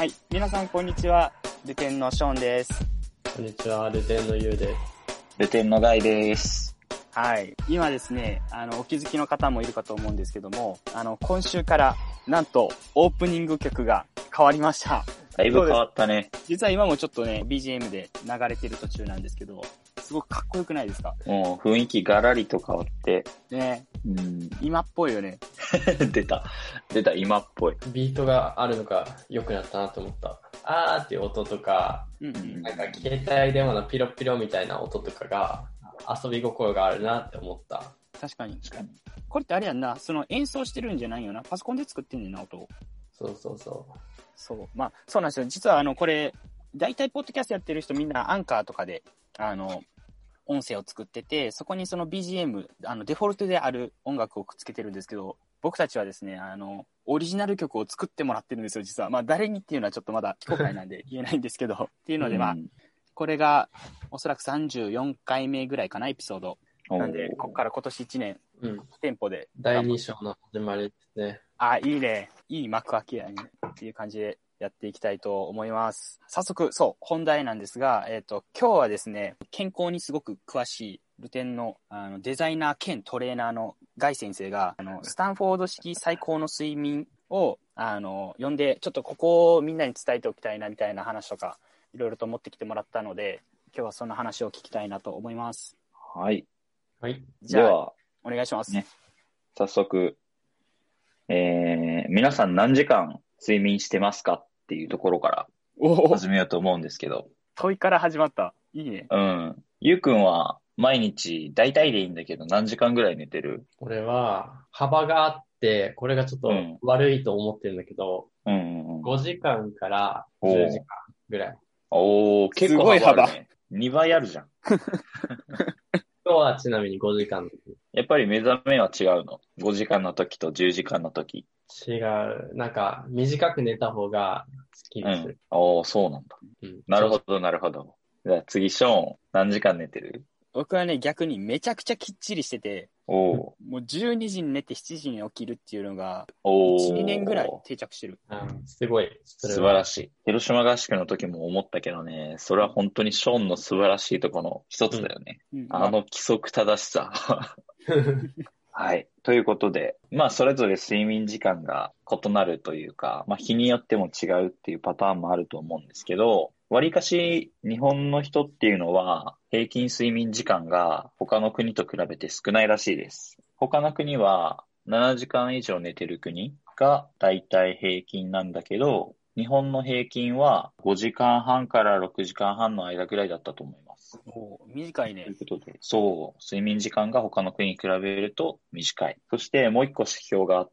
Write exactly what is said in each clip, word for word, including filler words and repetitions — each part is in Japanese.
はい、皆さんこんにちは。ルテンのショーンです。 こんにちは、ルテンのユウです。 ルテンのガイです。 はい、今ですね、あのお気づきの方もいるかと思うんですけども、あの今週からなんとオープニング曲が変わりました。 だいぶ変わったね。 実は今もちょっとね ビージーエム で流れてる途中なんですけど、すごくかっこよくないですか？ もう雰囲気ガラリと変わってね、 うん、 今っぽいよね。 出た出た今っぽい。 ビートがあるのが良くなったなと思った。あーっていう音とか、 うんうん、 なんか携帯電話のピロピロみたいな音とかが遊び心があるなって思った。 確かに確かに。これってあれやんな、その演奏してるんじゃないよな、パソコンで作ってんねんな、音を。 そうそうそう。 そう、まあそうなんですよ。実はあのこれ大体ポッドキャストやってる人みんなアンカーとかであの音声を作ってて、そこにその ビージーエム、あのデフォルトである音楽をくっつけてるんですけど、僕たちはですね、あのオリジナル曲を作ってもらってるんですよ、実は。まあ誰にっていうのはちょっとまだ非公開なんで言えないんですけどっていうので、まあ、うん、これがおそらくさんじゅうよんかいめぐらいかな、エピソードなんで、ここから今年いちねん、うん、店舗でだいに章の始まりですね。 あ、いいね、いい幕開けやねっていう感じでやっていきたいと思います。早速、そう、本題なんですが、えっと、今日はですね、健康にすごく詳しいルテンの、あのデザイナー兼トレーナーのガイ先生が、あの、スタンフォード式最高の睡眠を、あの、呼んで、ちょっとここをみんなに伝えておきたいなみたいな話とか、いろいろと持ってきてもらったので、今日はその話を聞きたいなと思います。 はい。 はい。 じゃあ、 では、 お願いします。 ね、早速、えー、皆さん何時間睡眠してますかっていうところから始めようと思うんですけど。 問いから始まった。いいね。 うん。ゆうくんは毎日大体でいいんだけど何時間ぐらい寝てる？ 俺は幅があって、これがちょっと悪いと思ってるんだけど、うんうんうん、ごじかんからじゅうじかんぐらい。 おー、結構幅あるね。にばいあるじゃん。 今日はちなみにごじかん。 やっぱり目覚めは違うの？ ご 時間の時とじゅうじかんの時。 違う。なんか、短く寝た方がスッキリする。 うん。おー、そうなんだ。うん、なるほど、なるほど。じゃあ次、ショーン、何時間寝てる？ 僕はね、逆にめちゃくちゃきっちりしてて、 おもうじゅうにじに寝てしちじに起きるっていうのが、いち、にねんぐらい定着してる。 うん、すごい。 素晴らしい。広島合宿の時も思ったけどね、それは本当にショーンの素晴らしいところの一つだよね。うんうん、あの規則正しさ。はい。ということで、まあ、それぞれ睡眠時間が異なるというか、まあ、日によっても違うっていうパターンもあると思うんですけど、わりかし日本の人っていうのは、平均睡眠時間が他の国と比べて少ないらしいです。他の国はななじかん以上寝てる国がだいたい平均なんだけど、日本の平均はごじかんはんからろくじかんはんの間ぐらいだったと思います。 お短いね。 ということで、そう、睡眠時間が他の国に比べると短い。そしてもう一個指標があって、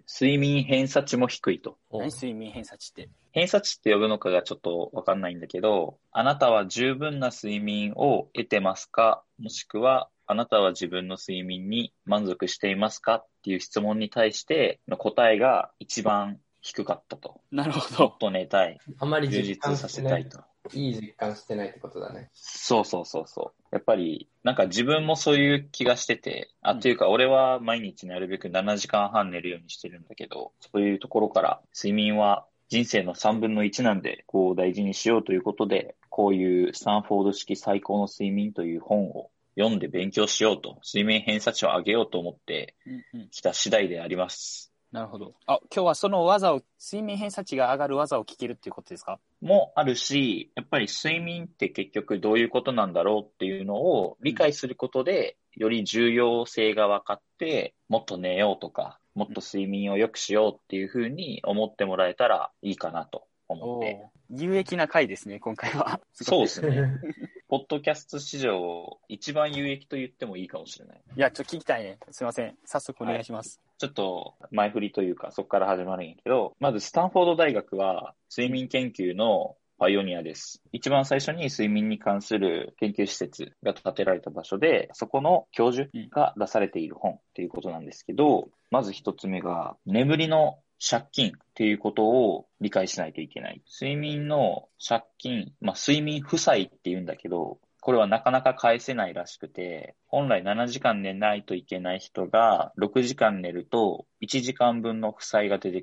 睡眠偏差値も低いと。 何睡眠偏差値って？ 偏差値って呼ぶのかがちょっとわかんないんだけど、あなたは十分な睡眠を得てますか？もしくは、あなたは自分の睡眠に満足していますかっていう質問に対しての答えが一番低かったと。 なるほど。 もっと寝たい。 あまり充実させたいと。 いい実感してないってことだね。 そうそうそうそう。やっぱり、なんか自分もそういう気がしてて、あ、っていうか俺は毎日なるべくななじかんはん寝るようにしてるんだけど、そういうところから睡眠は人生のさんぶんのいちなんで、こう大事にしようということで、こういうスタンフォード式最高の睡眠という本を読んで勉強しようと、睡眠偏差値を上げようと思ってきた次第であります。 なるほど。あ、今日はその技を、睡眠偏差値が上がる技を聞けるっていうことですか？ もあるし、やっぱり睡眠って結局どういうことなんだろうっていうのを理解することで、より重要性が分かって、もっと寝ようとか、もっと睡眠を良くしようっていうふうに思ってもらえたらいいかなと思って。 有益な回ですね、今回は。 そうですね。ポッドキャスト史上一番有益と言ってもいいかもしれない。 いや、ちょっと聞きたいね。すいません。早速お願いします。 はい、ちょっと前振りというか、そこから始まるんやけど、まずスタンフォード大学は睡眠研究のパイオニアです。一番最初に睡眠に関する研究施設が建てられた場所で、そこの教授が出されている本っていうことなんですけど、まず一つ目が、眠りの借金っていうことを理解しないといけない。睡眠の借金、まあ睡眠負債って言うんだけど、これはなかなか返せないらしくて、本来ななじかん寝ないといけない人がろくじかん寝るといちじかんぶんの負債が出てくる。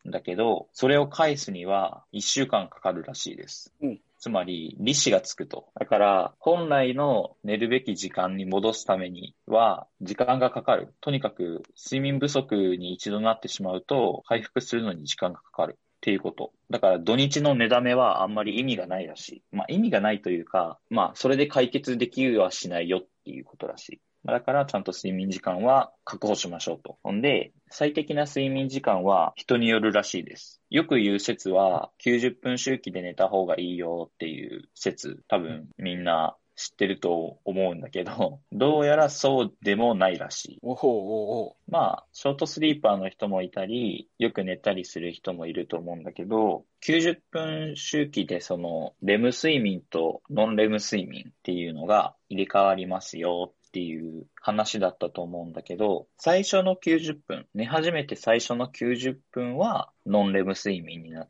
だけど、それを返すにはいっしゅうかんかかるらしいです。うん、つまり、利子がつくと。だから、本来の寝るべき時間に戻すためには、時間がかかる。とにかく、睡眠不足に一度なってしまうと、回復するのに時間がかかる。っていうこと。だから土日の寝だめはあんまり意味がないらしい。まあ意味がないというか、まあそれで解決できはしないよっていうことらしい。だからちゃんと睡眠時間は確保しましょうと。ほんで、最適な睡眠時間は人によるらしいです。よく言う説はきゅうじゅっぷん周期で寝た方がいいよっていう説、多分みんな知ってると思うんだけど、どうやらそうでもないらしい。 おほおほまあ、ショートスリーパーの人もいたり、よく寝たりする人もいると思うんだけど、きゅうじゅっぷん周期でその、レム睡眠とノンレム睡眠っていうのが入れ替わりますよっていう話だったと思うんだけど、最初のきゅうじゅっぷん、寝始めて最初のきゅうじゅっぷんはノンレム睡眠になって、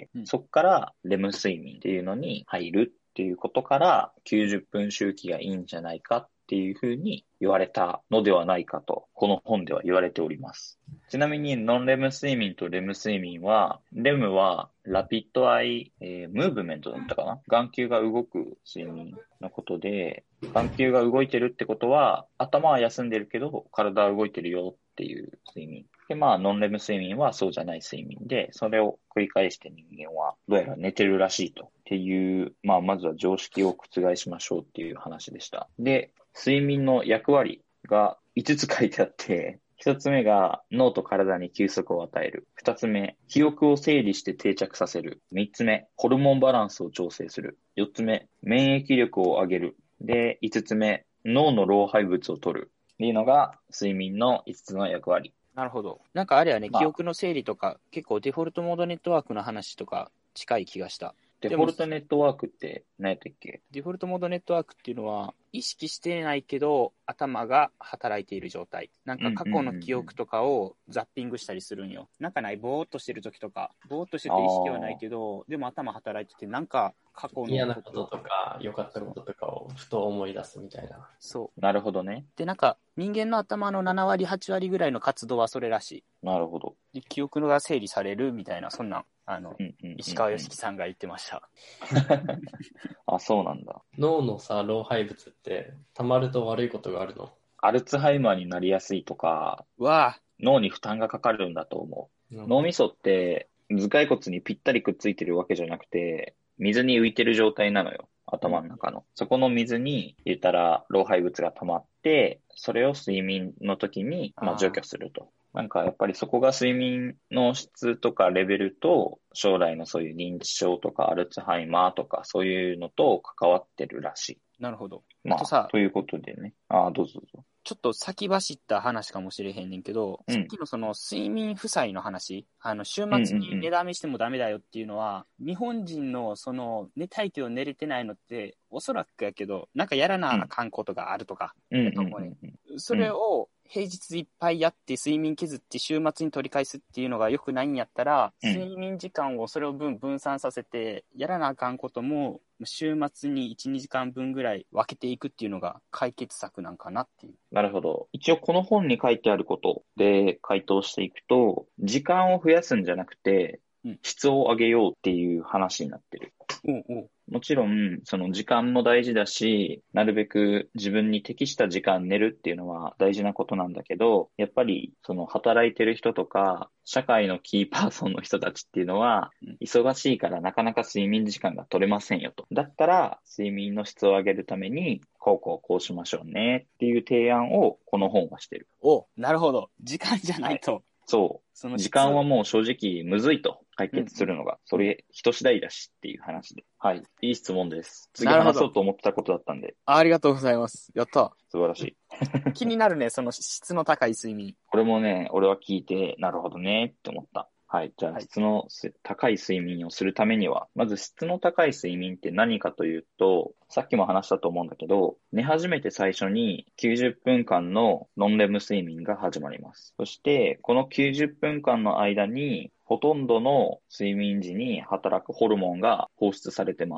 うん、そっからレム睡眠っていうのに入るっていうことから、きゅうじゅっぷん周期がいいんじゃないかっていうふうに言われたのではないかと、この本では言われております。ちなみに、ノンレム睡眠とレム睡眠は、レムはラピッドアイ、えー、ムーブメントだったかな？眼球が動く睡眠のことで、眼球が動いてるってことは、頭は休んでるけど、体は動いてるよっていう睡眠。で、まあ、ノンレム睡眠はそうじゃない睡眠で、それを繰り返して人間はどうやら寝てるらしいと。っていう、まあ、まずは常識を覆しましょうっていう話でした。で、睡眠の役割がいつつ書いてあって、一つ目が脳と体に休息を与える。二つ目、記憶を整理して定着させる。三つ目、ホルモンバランスを調整する。四つ目、免疫力を上げる。で、五つ目、脳の老廃物を取る。っていうのが睡眠の五つの役割。 なるほど。なんかあれはね、まあ、記憶の整理とか、結構デフォルトモードネットワークの話とか近い気がした。 デフォルトネットワークって何やったっけ？ デフォルトモードネットワークっていうのは、意識してないけど、頭が働いている状態。なんか過去の記憶とかをザッピングしたりするんよ。なんかない、ぼーっとしてる時とか、ぼーっとしてて意識はないけど、でも頭働いてて、なんか過去の嫌なこととか、良かったこととかをふと思い出すみたいな。 そう。なるほどね。 で、なんか人間の頭のななわり、はちわりぐらいの活動はそれらしい。 なるほど。 で、記憶が整理されるみたいな、そんな、あの、うんうんうんうん、石川良樹さんが言ってました。 あ、そうなんだ。 脳のさ、老廃物って、溜まると悪いことがあるの？ アルツハイマーになりやすいとか、 わ脳に負担がかかるんだと思う。うん、脳みそって、頭蓋骨にぴったりくっついてるわけじゃなくて、水に浮いてる状態なのよ。頭の中の。そこの水に、言ったら、老廃物が溜まって、それを睡眠の時に、まあ、除去すると。なんかやっぱりそこが睡眠の質とかレベルと将来のそういう認知症とかアルツハイマーとかそういうのと関わってるらしい。 なるほど。 まあ、とさ、ということでね。ああ、どうぞどうぞ。 ちょっと先走った話かもしれへんねんけど、うん、さっきのその睡眠負債の話、あの週末に寝だめしてもダメだよっていうのは、うんうんうん、日本人のその寝たいけど寝れてないのっておそらくやけど、なんかやらなあかんことがあるとか、だと思うね、うんうんうんうん。それを平日いっぱいやって睡眠削って週末に取り返すっていうのが良くないんやったら、うん、睡眠時間をそれを分分散させてやらなあかんことも週末にいち、にじかんぶんぐらい分けていくっていうのが解決策なんかなっていう。 なるほど。一応この本に書いてあることで回答していくと、時間を増やすんじゃなくて、質を上げようっていう話になってる。 うんうん、 もちろん、その時間も大事だし、なるべく自分に適した時間寝るっていうのは大事なことなんだけど、やっぱりその働いてる人とか、社会のキーパーソンの人たちっていうのは、忙しいからなかなか睡眠時間が取れませんよと。だったら、睡眠の質を上げるために、こうこうこうしましょうねっていう提案をこの本はしてる。 お、なるほど。時間じゃないと。はい、 そう。その時間はもう正直むずいと解決するのが、それ人次第だしっていう話で。はい。いい質問です。次話そうと思ってたことだったんで。 ありがとうございます。やった。 素晴らしい。 気になるね、その質の高い睡眠。 これもね、俺は聞いて、なるほどねって思った。はい。じゃあ、質の高い睡眠をするためには、まず質の高い睡眠って何かというと、さっきも話したと思うんだけど、寝始めて最初にきゅうじゅっぷんかんのノンレム睡眠が始まります。そして、このきゅうじゅっぷんかんの間に、ほとんどの睡眠時に働くホルモンが放出されてます。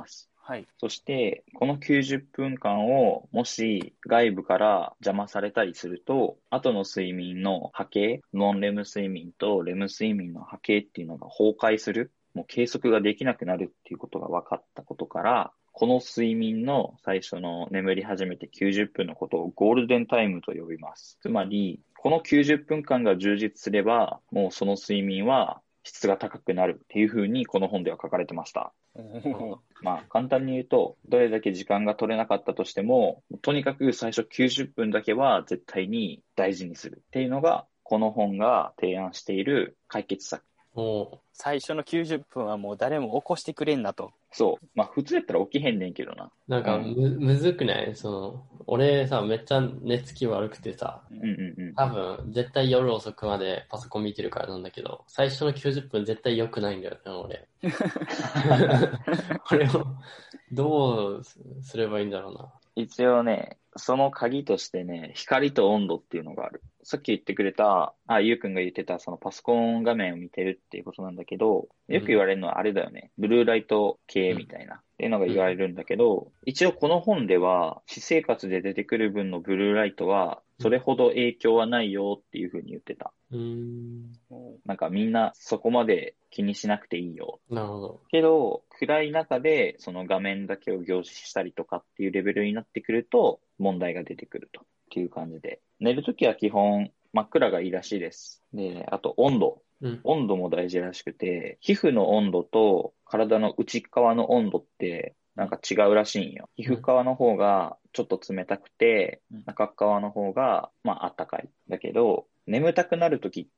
はい。 そして、このきゅうじゅっぷんかんを、もし外部から邪魔されたりすると、後の睡眠の波形、ノンレム睡眠とレム睡眠の波形っていうのが崩壊する、もう計測ができなくなるっていうことが分かったことから、この睡眠の最初の眠り始めてきゅうじゅっぷんのことをゴールデンタイムと呼びます。つまり、このきゅうじゅっぷんかんが充実すれば、もうその睡眠は質が高くなるっていうふうにこの本では書かれてました。まあ簡単に言うと、どれだけ時間が取れなかったとしても、とにかく最初きゅうじゅっぷんだけは絶対に大事にするっていうのが、この本が提案している解決策。 最初のきゅうじゅっぷんはもう誰も起こしてくれんなと。 そう。まあ普通やったら起きへんねんけどな。 なんかむ、うん、むずくないその、俺さ、めっちゃ寝つき悪くてさ、 うんうんうん、 多分絶対夜遅くまでパソコン見てるからなんだけど、最初のきゅうじゅっぷん絶対良くないんだよね、俺。これをどうすればいいんだろうな。 一応ね、その鍵としてね、光と温度っていうのがある。さっき言ってくれた、あ、ゆうくんが言ってた、そのパソコン画面を見てるっていうことなんだけど、よく言われるのはあれだよね。うん、ブルーライト系みたいな、っていうのが言われるんだけど、うん、一応この本では、私生活で出てくる分のブルーライトは、それほど影響はないよっていうふうに言ってた。 うーん、 なんかみんなそこまで気にしなくていいよ。 なるほど。 けど、暗い中でその画面だけを凝視したりとかっていうレベルになってくると問題が出てくるとっていう感じで。寝るときは基本真っ暗がいいらしいです。で、あと温度。うん、温度も大事らしくて、皮膚の温度と体の内側の温度ってなんか違うらしいんよ。皮膚側の方がちょっと冷たくて、中側の方がまあ暖かい。だけど、眠たくなるときって、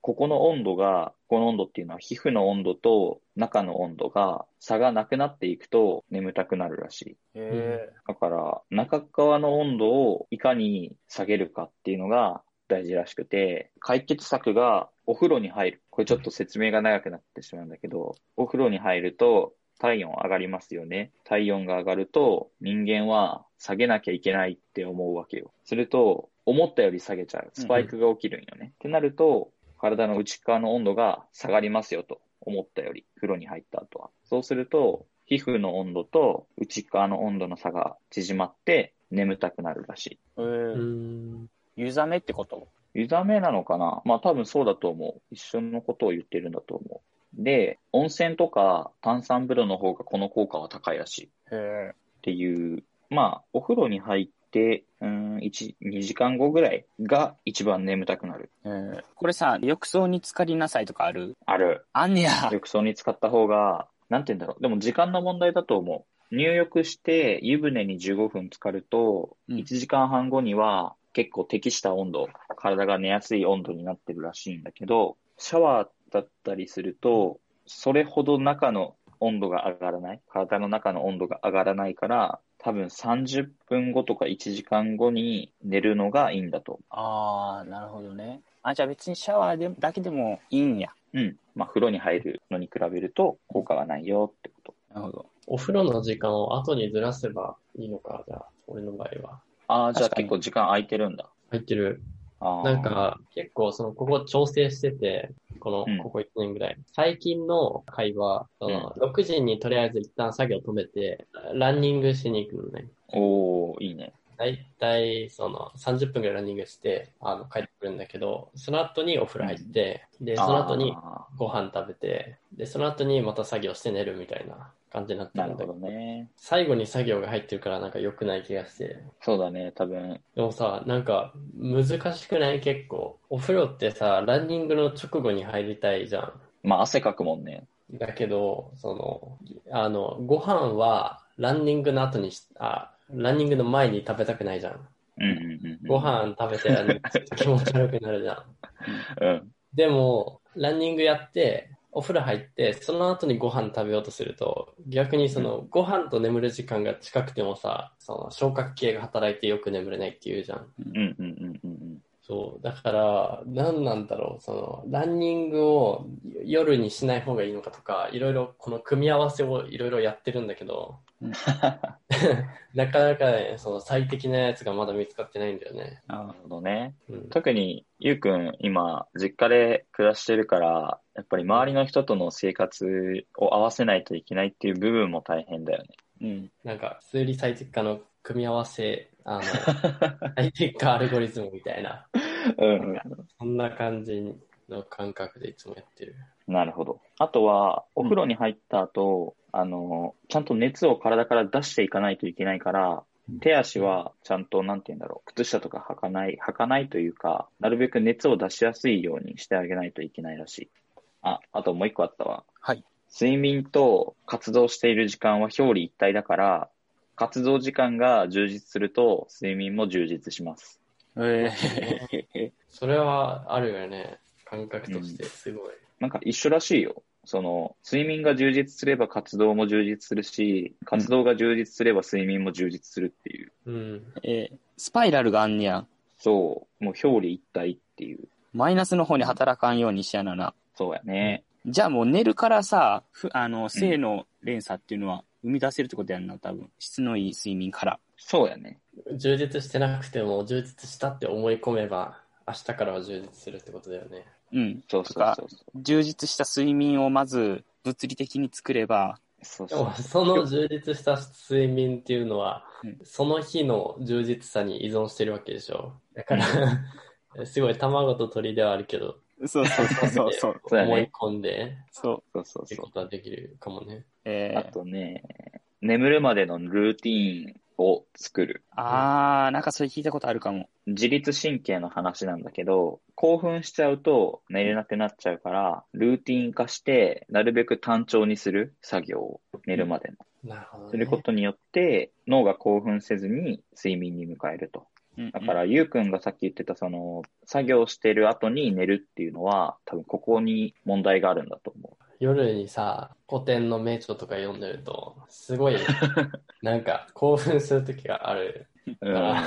ここの温度が、ここの温度っていうのは皮膚の温度と中の温度が差がなくなっていくと眠たくなるらしい。 へだから、中側の温度をいかに下げるかっていうのが大事らしくて、解決策がお風呂に入る。これちょっと説明が長くなってしまうんだけど、お風呂に入ると体温上がりますよね。体温が上がると人間は下げなきゃいけないって思うわけよ。すると、思ったより下げちゃう。スパイクが起きるんよね。うんうん、ってなると、体の内側の温度が下がりますよと。思ったより、風呂に入った後は。そうすると、皮膚の温度と内側の温度の差が縮まって眠たくなるらしい。 へー。湯冷めってこと？ 湯冷めなのかな？まあ多分そうだと思う。一緒のことを言ってるんだと思う。で、温泉とか炭酸風呂の方がこの効果は高いらしい。 へー。 っていう、まあお風呂に入ってで、うん、いち、にじかんごぐらいが一番眠たくなる。 えー、これさ、浴槽に浸かりなさいとかある？ ある。 あんねや。 浴槽に浸かった方が、なんて言うんだろう。でも時間の問題だと思う。入浴して湯船にじゅうごふん浸かると、うん、いちじかんはんごには結構適した温度、体が寝やすい温度になってるらしいんだけど、シャワーだったりすると、それほど中の温度が上がらない。体の中の温度が上がらないから、多分さんじゅっぷんごとかいちじかんごに寝るのがいいんだと。 ああ、なるほどね。あ、じゃあ別にシャワーでだけでもいいんや。 うん。まあ風呂に入るのに比べると効果がないよってこと。 なるほど。 お風呂の時間を後にずらせばいいのか、じゃあ、俺の場合は。 ああ、じゃあ結構時間空いてるんだ。 空いてる。なんか、結構その、ここ調整してて、この、ここいちねんぐらい。うん、最近の会話、その、ろくじにとりあえず一旦作業止めて、ランニングしに行くのね。 おー、いいね。 だいたい、その、さんじゅっぷんぐらいランニングして、あの、帰ってくるんだけど、その後にお風呂入って、うん、で、その後にご飯食べて、で、その後にまた作業して寝るみたいな感じになってるんだけど。 なるほどね。 最後に作業が入ってるからなんか良くない気がして。 そうだね、多分。 でもさ、なんか、難しくない？結構。お風呂ってさ、ランニングの直後に入りたいじゃん。 まあ、汗かくもんね。 だけど、その、あの、ご飯は、ランニングの後にし、あ、ランニングの前に食べたくないじゃん。 うんうんうんうん、 ご飯食べてランニング気持ち悪くなるじゃん。 うん。 でも、ランニングやって、お風呂入って、その後にご飯食べようとすると、逆にその、ご飯と眠る時間が近くてもさ、その、消化器系が働いてよく眠れないっていうじゃん。 うんうんうんうん。 そう。だから、何なんだろう。その、ランニングを夜にしない方がいいのかとか、いろいろこの組み合わせをいろいろやってるんだけど、なかなかね、その最適なやつがまだ見つかってないんだよね。 なるほどね。 うん、 特に、ゆうくん、今、実家で暮らしてるから、やっぱり周りの人との生活を合わせないといけないっていう部分も大変だよね。 うん、なんか数理最適化の組み合わせ、あの、最適化アルゴリズムみたいな。うん、そんな感じの感覚でいつもやってる。 なるほど。あとは、お風呂に入った後、うん、あの、ちゃんと熱を体から出していかないといけないから、手足はちゃんと、なんて言うんだろう、靴下とか履かない、履かないというか、なるべく熱を出しやすいようにしてあげないといけないらしい。あ、あともう一個あったわ。 はい。 睡眠と活動している時間は表裏一体だから、活動時間が充実すると、睡眠も充実します。 えー、それはあるよね。感覚としてすごい、うん。 なんか一緒らしいよ。その、睡眠が充実すれば活動も充実するし、活動が充実すれば睡眠も充実するっていう。 うん。えー、スパイラルがあんねや。 そう。もう表裏一体っていう。 マイナスの方に働かんようにしやなな。 そうやね。 じゃあもう寝るからさ、ふあの、性の連鎖っていうのは生み出せるってことやんな、多分。質のいい睡眠から。 そうやね。 充実してなくても、充実したって思い込めば、明日からは充実するってことだよね。 うん。そうそうそうそう。充実した睡眠をまず物理的に作れば。 そうそう。その充実した睡眠っていうのは、うん、その日の充実さに依存してるわけでしょ。だから、すごい卵と鳥ではあるけど、 そうそうそうそう。 思い込んで、 そうそうそう。 ってことはできるかもね。 えー、あとね、眠るまでのルーティーンを作る。 あー、なんかそれ聞いたことあるかも。 自律神経の話なんだけど、興奮しちゃうと寝れなくなっちゃうから、ルーティーン化して、なるべく単調にする作業を寝るまでの。 なるほどね。 することによって、脳が興奮せずに睡眠に迎えると。だから、ゆうくんがさっき言ってた、その、作業してる後に寝るっていうのは、多分ここに問題があるんだと思う。 夜にさ、古典の名著とか読んでると、すごい、なんか興奮するときがあるから、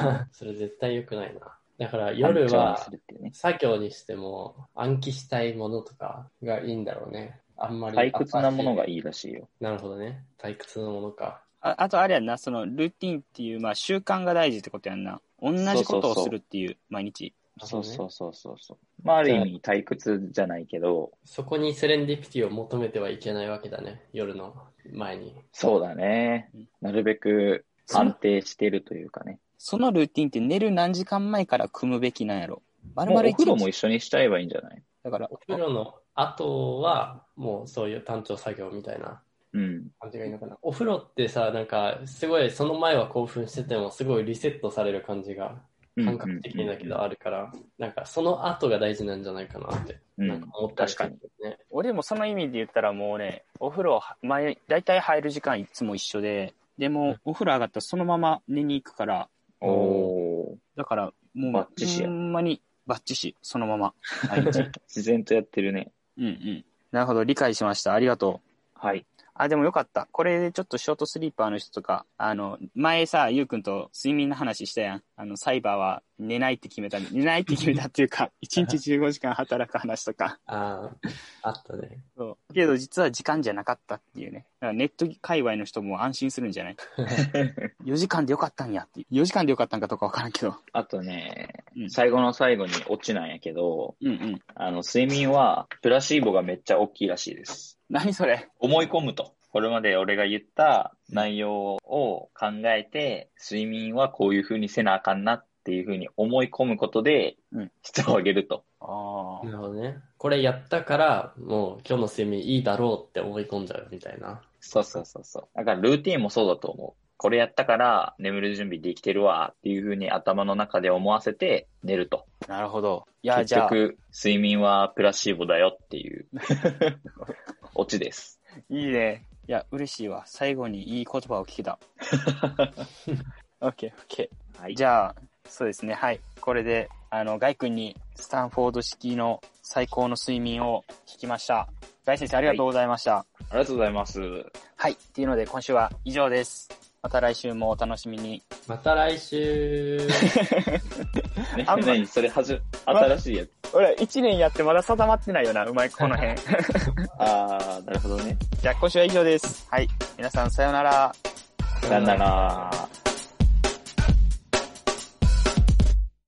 うん、それ絶対良くないな。だから夜は、作業にしても暗記したいものとかがいいんだろうね。あんまり。 退屈なものがいいらしいよ。 なるほどね。退屈なものか。 あ, あとあれやんな、そのルーティンっていう、まあ習慣が大事ってことやんな。同じことをするっていう、そうそうそう毎日。 そうそうそうそうそう。まあある意味退屈じゃないけど。 そこにセレンディピティを求めてはいけないわけだね。夜の前に。 そうだね。なるべく安定してるというかね。 そのルーティンって寝る何時間前から組むべきなんやろ。 まるまるお風呂も一緒にしちゃえばいいんじゃない？ だからお風呂の後はもうそういう単調作業みたいな感じがいいのかな。うん、お風呂ってさ、なんかすごいその前は興奮しててもすごいリセットされる感じが感覚的にだけどあるから、うんうんうん、なんかその後が大事なんじゃないかなって、うん、なんか思ったりするね。確かに。 俺もその意味で言ったらもうね、お風呂前大体入る時間いつも一緒で、でもお風呂上がったらそのまま寝に行くから、 おだからもうバッチシや。 ほんまにバッチシそのまま毎日自然とやってるね。 うんうん。なるほど、理解しました。ありがとう。はい。 あ、でもよかった。これでちょっとショートスリーパーの人とか、あの、前さ、ゆうくんと睡眠の話したやん。あの、サイバーは寝ないって決めた、寝ないって決めたっていうか、いちにちじゅうごじかん働く話とか。 ああ、あったね。 そう。けど実は時間じゃなかったっていうね。だからネット界隈の人も安心するんじゃないよじかんでよかったんやっていう。よじかんでよかったんかとかわからんけど。 あとね、うん、最後の最後にオチなんやけど、 うんうん、 あの、睡眠はプラシーボがめっちゃ大きいらしいです。 何それ？ 思い込むと。これまで俺が言った内容を考えて、睡眠はこういう風にせなあかんなっていう風に思い込むことで、質を上げると。 うん、ああ。なるほどね。これやったから、もう今日の睡眠いいだろうって思い込んじゃうみたいな。 そうそうそうそう。だからルーティンもそうだと思う。これやったから眠る準備できてるわっていう風に頭の中で思わせて寝ると。 なるほど。いや、 結局、睡眠はプラシーボだよっていうオチです。 いいね。いや、嬉しいわ。最後にいい言葉を聞けた。オッケー、オッケー。はい。じゃあ、そうですね。はい。これで、あの、ガイ君にスタンフォード式の最高の睡眠を聞きました。ガイ先生、ありがとうございました。はい、 ありがとうございます。 はい。っていうので、今週は以上です。また来週もお楽しみに。 また来週ね、あんまりそれはじ、新しいやつ。 俺、一年やってまだ定まってないよな、うまい、この辺。 あー、なるほどね。 じゃあ、今週は以上です。はい。皆さん、さようなら。 さようなら。